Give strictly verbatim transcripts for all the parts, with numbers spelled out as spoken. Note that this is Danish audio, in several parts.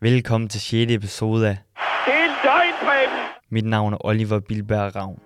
Velkommen til sjette episode af Det er en døgnpræben! Mit navn er Oliver Bilberg Ravn.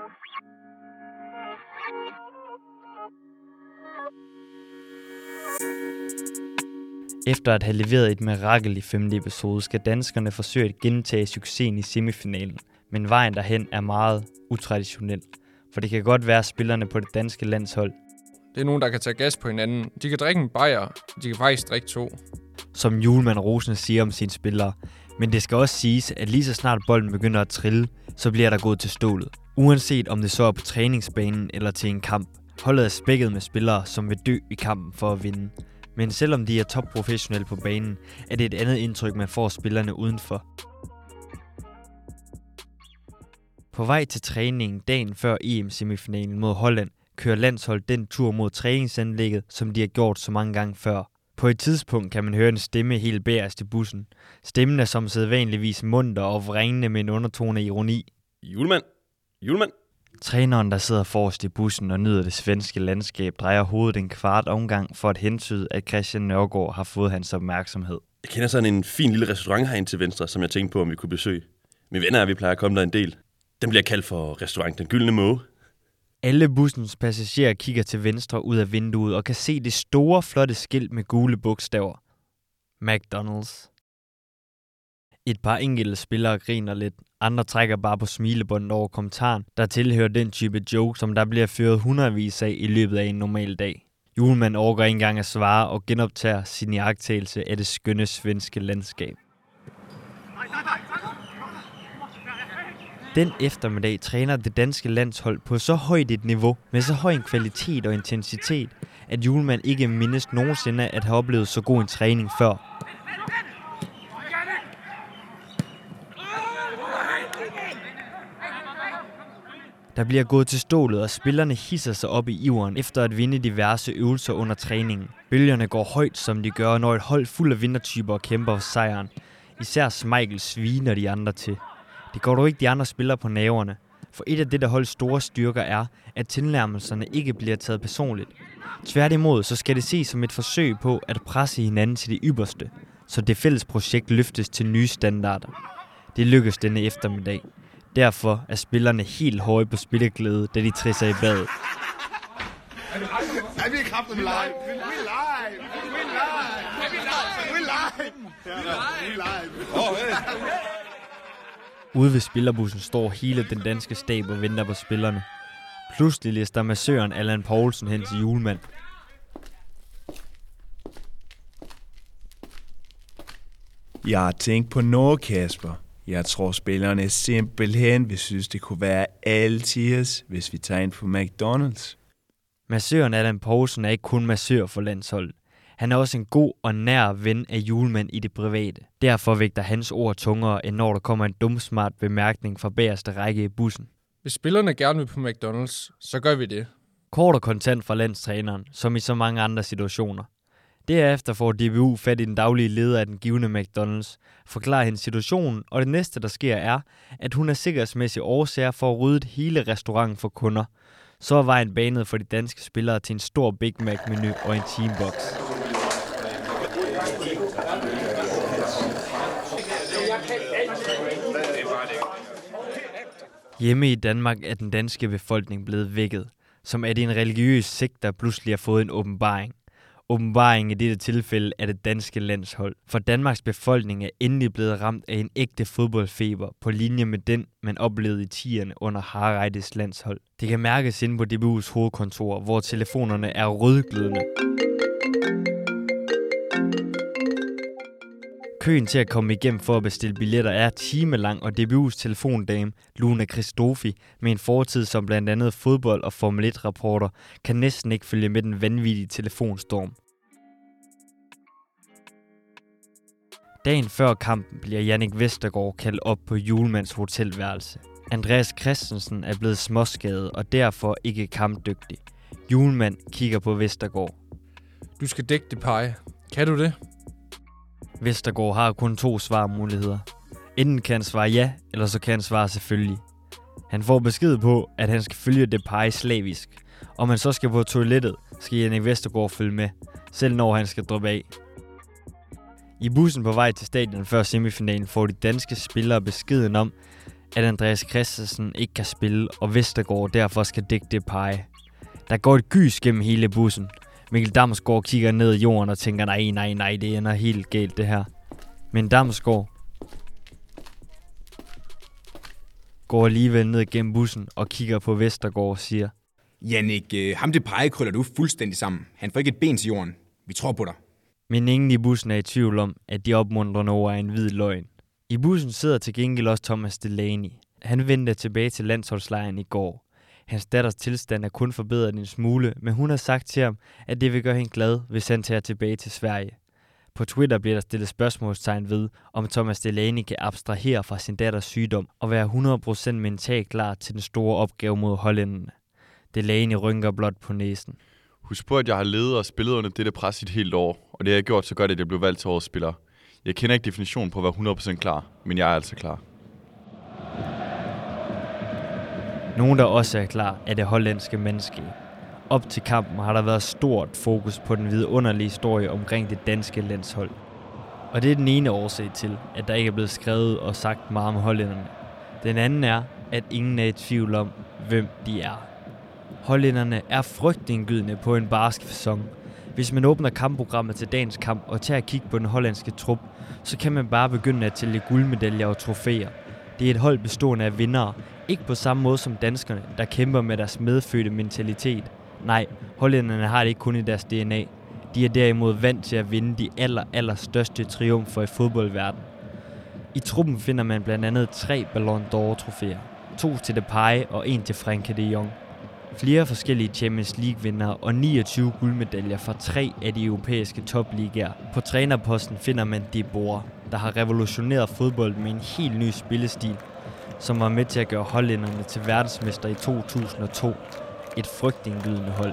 Efter at have leveret et mirakel i femte episode, skal danskerne forsøge at gentage succesen i semifinalen. Men vejen derhen er meget utraditionel, for det kan godt være spillerne på det danske landshold. Det er nogen, der kan tage gas på hinanden. De kan drikke en bajer, de kan faktisk drikke to. Som Julemand Rosende siger om sine spillere. Men det skal også siges, at lige så snart bolden begynder at trille, så bliver der gået til stålet. Uanset om det så er på træningsbanen eller til en kamp. Holdet er spækket med spillere, som vil dø i kampen for at vinde. Men selvom de er topprofessionelle på banen, er det et andet indtryk, man får spillerne udenfor. På vej til træningen dagen før E M-semifinalen mod Holland, kører landshold den tur mod træningsanlægget, som de har gjort så mange gange før. På et tidspunkt kan man høre en stemme helt bagerst i bussen. Stemmen er som sædvanligvis munter og vrængende med en undertone af ironi. Julemand! Julemand! Træneren, der sidder forrest i bussen og nyder det svenske landskab, drejer hovedet en kvart omgang for at hentyde, at Christian Nørgaard har fået hans opmærksomhed. Jeg kender sådan en fin lille restaurant herinde til venstre, som jeg tænkte på, om vi kunne besøge. Mine venner er, vi plejer at komme der en del. Den bliver kaldt for restaurant Den Gyldne Måge. Alle bussens passagerer kigger til venstre ud af vinduet og kan se det store, flotte skilt med gule bogstaver. McDonald's. Et par enkelte spillere griner lidt. Andre trækker bare på smilebåndet over kommentaren, der tilhører den type joke, som der bliver ført hundredvis af i løbet af en normal dag. Julemand overgår ikke engang at svare og genoptager sin iagttagelse af det skønne svenske landskab. Den eftermiddag træner det danske landshold på så højt et niveau, med så høj en kvalitet og intensitet, at Julemand ikke mindes nogensinde at have oplevet så god en træning før. Der bliver gået til stålet, og spillerne hisser sig op i iveren efter at vinde diverse øvelser under træningen. Bølgerne går højt, som de gør, når et hold fuld af vindertyper kæmper for sejren. Især Schmeichel sviner de andre til. Det går dog ikke de andre spillere på naverne, for et af det der holds store styrker er, at tilnærmelserne ikke bliver taget personligt. Tværtimod så skal det ses som et forsøg på at presse hinanden til det ypperste, så det fælles projekt løftes til nye standarder. Det lykkes denne eftermiddag. Derfor er spillerne helt høje på spilleglæde, da de trisser i badet. Er vi kraftigt live? Vi er live! Vi er live! Vi er live! Vi er live! Ude ved spillerbussen står hele den danske stab og venter på spillerne. Pludselig lister massøren Allan Poulsen hen til Julemand. Jeg har tænkt på noget, Kasper. Jeg tror, spillerne simpelthen vil synes, det kunne være altid, hvis vi tager ind på McDonald's. Massøren Allan Poulsen er ikke kun massør for landsholdet. Han er også en god og nær ven af Julemand i det private. Derfor vægter hans ord tungere, end når der kommer en dumsmart bemærkning fra bagerste række i bussen. Hvis spillerne gerne vil på McDonald's, så gør vi det. Kort og kontant fra landstræneren, som i så mange andre situationer. Derefter får D B U fat i den daglige leder af den givne McDonald's, forklarer hendes situationen, og det næste, der sker, er, at hun er sikkerhedsmæssig årsager for at rydde hele restauranten for kunder. Så er vejen banet for de danske spillere til en stor Big Mac-menu og en teambox. Hjemme i Danmark er den danske befolkning blevet vækket, som er det en religiøs sekt, der pludselig har fået en åbenbaring. Åbenbaringen i dette tilfælde er det danske landshold. For Danmarks befolkning er endelig blevet ramt af en ægte fodboldfeber på linje med den, man oplevede i tierne under Harreides landshold. Det kan mærkes inde på D B U's hovedkontor, hvor telefonerne er rødglødende. Køen til at komme igennem for at bestille billetter er timelang, og D B U's telefondame, Luna Christofi, med en fortid som blandt andet fodbold- og Formel et-rapporter, kan næsten ikke følge med den vanvittige telefonstorm. Dagen før kampen bliver Jannik Vestergaard kaldt op på Julemands hotelværelse. Andreas Christensen er blevet småskadet og derfor ikke kampdygtig. Julemand kigger på Vestergaard. Du skal dække det, Paj. Kan du det? Vestergaard har kun to svarmuligheder. Enten kan han svare ja, eller så kan han svare selvfølgelig. Han får besked på, at han skal følge Depay slavisk. Om han så skal på toilettet, skal Jannik Vestergaard følge med, selv når han skal droppe af. I bussen på vej til stadion før semifinalen får de danske spillere beskeden om, at Andreas Christensen ikke kan spille, og Vestergaard derfor skal dække Depay. Der går et gys gennem hele bussen. Mikkel Damsgaard kigger ned i jorden og tænker, nej, nej, nej, det ender helt galt det her. Men Damsgaard går alligevel ned gennem bussen og kigger på Vestergaard og siger, Jannik, øh, ham Depay krøller du fuldstændig sammen. Han får ikke et ben til jorden. Vi tror på dig. Men ingen i bussen er i tvivl om, at de opmuntrende ord er en hvid løgn. I bussen sidder til gengæld også Thomas Delaney. Han vendte tilbage til landsholdslejren i går. Hans datters tilstand er kun forbedret en smule, men hun har sagt til ham, at det vil gøre hende glad, hvis han tager tilbage til Sverige. På Twitter bliver der stillet spørgsmålstegn ved, om Thomas Delaney kan abstrahere fra sin datters sygdom og være hundrede procent mentalt klar til den store opgave mod hollænderne. Delaney rynker blot på næsen. Husk på, at jeg har ledet og spillet under dette pres i et helt år, og det har jeg gjort så godt, at jeg blev valgt til årets spiller. Jeg kender ikke definitionen på at være hundrede procent klar, men jeg er altså klar. Nogen, der også er klar, er det hollandske menneske. Op til kampen har der været stort fokus på den vidunderlige historie omkring det danske landshold. Og det er den ene årsag til, at der ikke er blevet skrevet og sagt meget om hollænderne. Den anden er, at ingen er i tvivl om, hvem de er. Hollænderne er frygtindgydende på en barsk facon. Hvis man åbner kampprogrammet til dagens kamp og tager et kig på den hollandske trup, så kan man bare begynde at tælle guldmedaljer og trofæer. Det er et hold bestående af vindere, ikke på samme måde som danskerne, der kæmper med deres medfødte mentalitet. Nej, hollænderne har det ikke kun i deres D N A. De er derimod vant til at vinde de aller, aller største triumfer i fodboldverdenen. I truppen finder man blandt andet tre Ballon d'Or-trofæer. To til Depay og en til Frenkie de Jong. Flere forskellige Champions League-vindere og niogtyve guldmedaljer fra tre af de europæiske topligaer. På trænerposten finder man De Boer, der har revolutioneret fodbold med en helt ny spillestil, som var med til at gøre hollænderne til verdensmester i to tusind og to. Et frygtindgydende hold.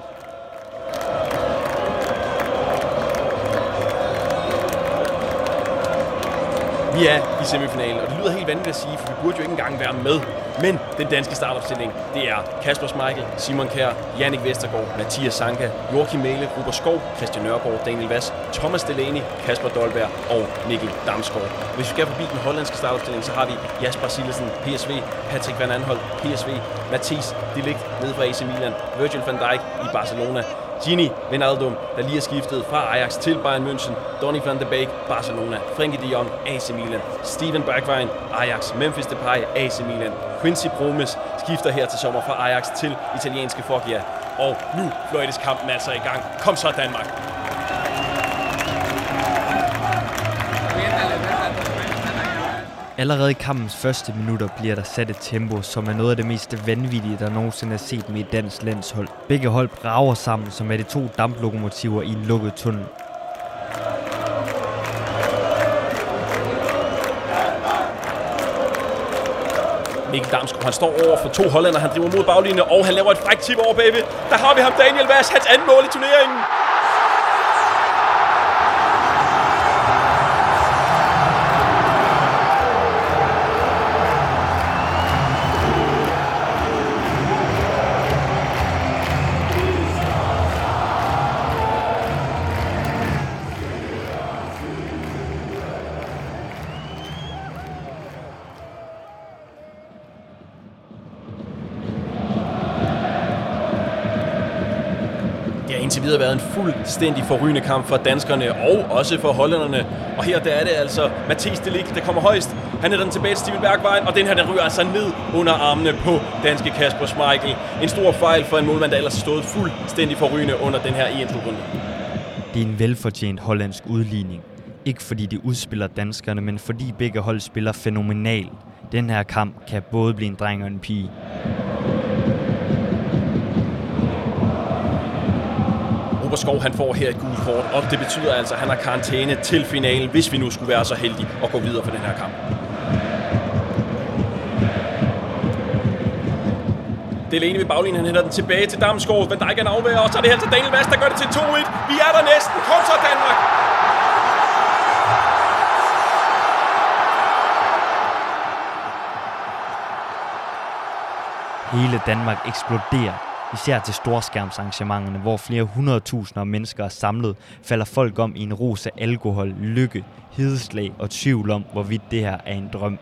Vi er i semifinalen, og det lyder helt vanvittigt at sige, for vi burde jo ikke engang være med. Men den danske startopstilling, det er Kasper Schmeichel, Simon Kjær, Jannik Vestergaard, Mathias Sanka, Joachim Mæhle, Robert Skov, Christian Nørgaard, Daniel Vass, Thomas Delaney, Kasper Dolberg og Mikkel Damsgaard. Hvis vi skal forbi den hollandske startopstilling, så har vi Jasper Cillessen, P S V, Patrick van Aanholt, P S V, Matthijs de Ligt nede fra A C Milan, Virgil van Dijk i Barcelona, Gini Wijnaldum, der lige er skiftet fra Ajax til Bayern München, Donny van de Beek, Barcelona, Frenkie de Jong, A C Milan, Steven Bergwijn, Ajax, Memphis Depay, A C Milan, Quincy Promes skifter her til sommer fra Ajax til italienske Foggia. Og nu fløjtes kampen altså i gang. Kom så Danmark! Allerede i kampens første minutter bliver der sat et tempo, som er noget af det mest vanvittige, der nogensinde er set med et dansk landshold. Begge hold brager sammen, som er de to damplokomotiver i en lukket tunnel. Mikkel Damsgaard, han står over for to hollænder, han driver mod baglinjen, og han laver et frækt tip over bagved. Der har vi ham, Daniel Vass, hans anden mål i turneringen. Indtil videre været en fuldstændig forrygende kamp for danskerne og også for hollænderne. Og her der er det altså Matthijs de Ligt, der kommer højst. Han er den tilbage til Steven Bergwijn, og den her den ryger altså ned under armene på danske Kasper Schmeichel. En stor fejl for en målmand, der ellers stod fuldstændig forrygende under den her E M-slutrunde. Det er en velfortjent hollandsk udligning. Ikke fordi de udspiller danskerne, men fordi begge hold spiller fænomenalt. Den her kamp kan både blive en dreng og en pige. Robert Skov, han får her et gult kort, og det betyder altså, at han har karantæne til finalen, hvis vi nu skulle være så heldige at gå videre for den her kamp. Delaney ved baglinjen, han henter den tilbage til Damsgaard. Van Dijk er en afværer, og så er det her til Daniel Vass, der gør det til to et. Vi er der næsten. Kom så, Danmark! Hele Danmark eksploderer, Især til storskærmsarrangementerne, hvor flere hundredtusinder mennesker er samlet, falder folk om i en rus af alkohol, lykke, hedeslag og tvivl om, hvorvidt det her er en drøm.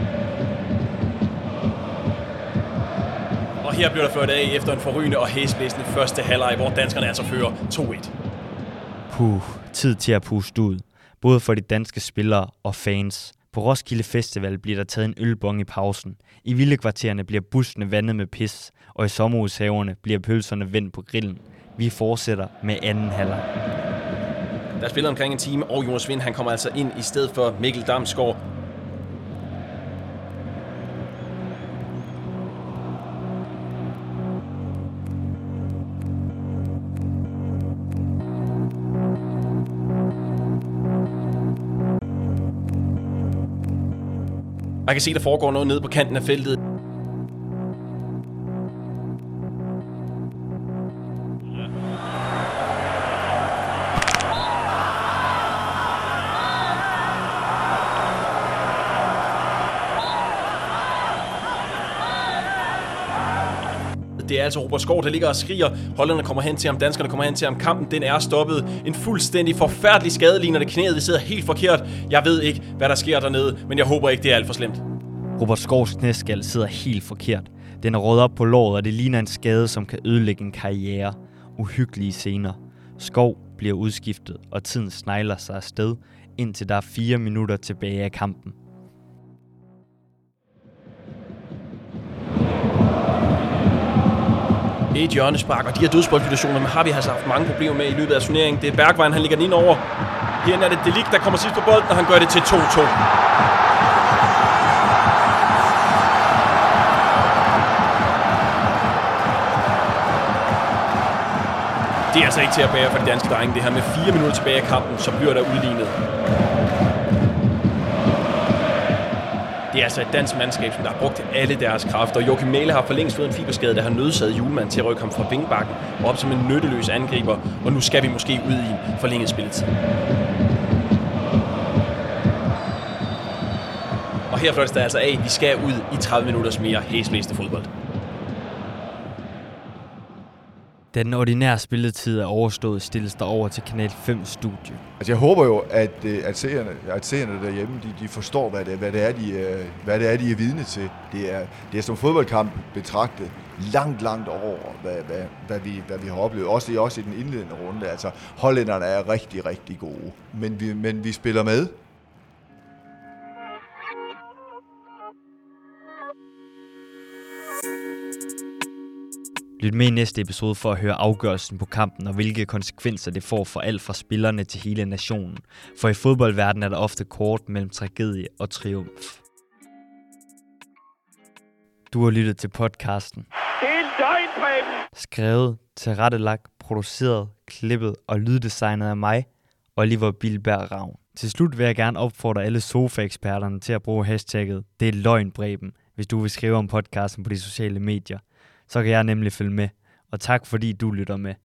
Og her bliver der fløjtet af efter en forrygende og hæsblæsende første halvleg, hvor danskerne altså fører to et. Puh, tid til at puste ud. Både for de danske spillere og fans. På Roskilde Festival bliver der taget en ølbong i pausen. I villekvartererne bliver bussene vandet med pis, og i sommerhushaverne bliver pølserne vendt på grillen. Vi fortsætter med anden halvleg. Der spiller omkring en time, og Jonas Vind han kommer altså ind i stedet for Mikkel Damsgaard. Man kan se, der foregår noget nede på kanten af feltet. Det er altså Robert Skov, der ligger og skriger. Hollænderne kommer hen til ham, danskerne kommer hen til ham. Kampen, den er stoppet. En fuldstændig forfærdelig skade ligner det knæet. Det sidder helt forkert. Jeg ved ikke, hvad der sker dernede, men jeg håber ikke, det er alt for slemt. Robert Skovs knæskal sidder helt forkert. Den er røget op på låret, og det ligner en skade, som kan ødelægge en karriere. Uhyggelige scener. Skov bliver udskiftet, og tiden snegler sig afsted, indtil der er fire minutter tilbage af kampen. Et hjørnespark, og de her dødsboldssituationer har vi altså haft mange problemer med i løbet af turneringen. Det er Bergwijn, han ligger den ind over. Her er det De Ligt, der kommer sidst på bolden, og han gør det til to to. Det er altså ikke til at bære for de danske drenge. Det her med fire minutter tilbage af kampen, så bliver der udlignet. Det er altså et dansk mandskab, som der har brugt alle deres kræfter. Joachim Mæhle har for længst fået en fiberskade, der har nødsaget Hjulmand til at rykke ham fra vingbakken og op som en nytteløs angriber. Og nu skal vi måske ud i en forlænget spilletid. Og her fløjtes der altså af, vi skal ud i tredive minutters mere hæsblæsende fodbold. Da den ordinære spilletid er overstået, stilles der over til Kanal fem studie. Altså jeg håber jo, at, at, seerne, at seerne derhjemme, de, de forstår, hvad det, hvad, det er, de, hvad det er, de er vidne til. Det er, det er som fodboldkamp betragtet langt, langt over, hvad, hvad, hvad, vi, hvad vi har oplevet. Også, også i den indledende runde. Altså hollænderne er rigtig, rigtig gode. Men vi, men vi spiller med. Lyt med i næste episode for at høre afgørelsen på kampen og hvilke konsekvenser det får for alt fra spillerne til hele nationen. For i fodboldverdenen er der ofte kort mellem tragedie og triumf. Du har lyttet til podcasten. Det er en døgn, Preben! Skrevet, tilrettelagt, produceret, klippet og lyddesignet af mig, Oliver Bilberg Ravn. Til slut vil jeg gerne opfordre alle sofa-eksperterne til at bruge hashtagget Det er løgn, Preben, hvis du vil skrive om podcasten på de sociale medier. Så kan jeg nemlig følge med. Og tak fordi du lytter med.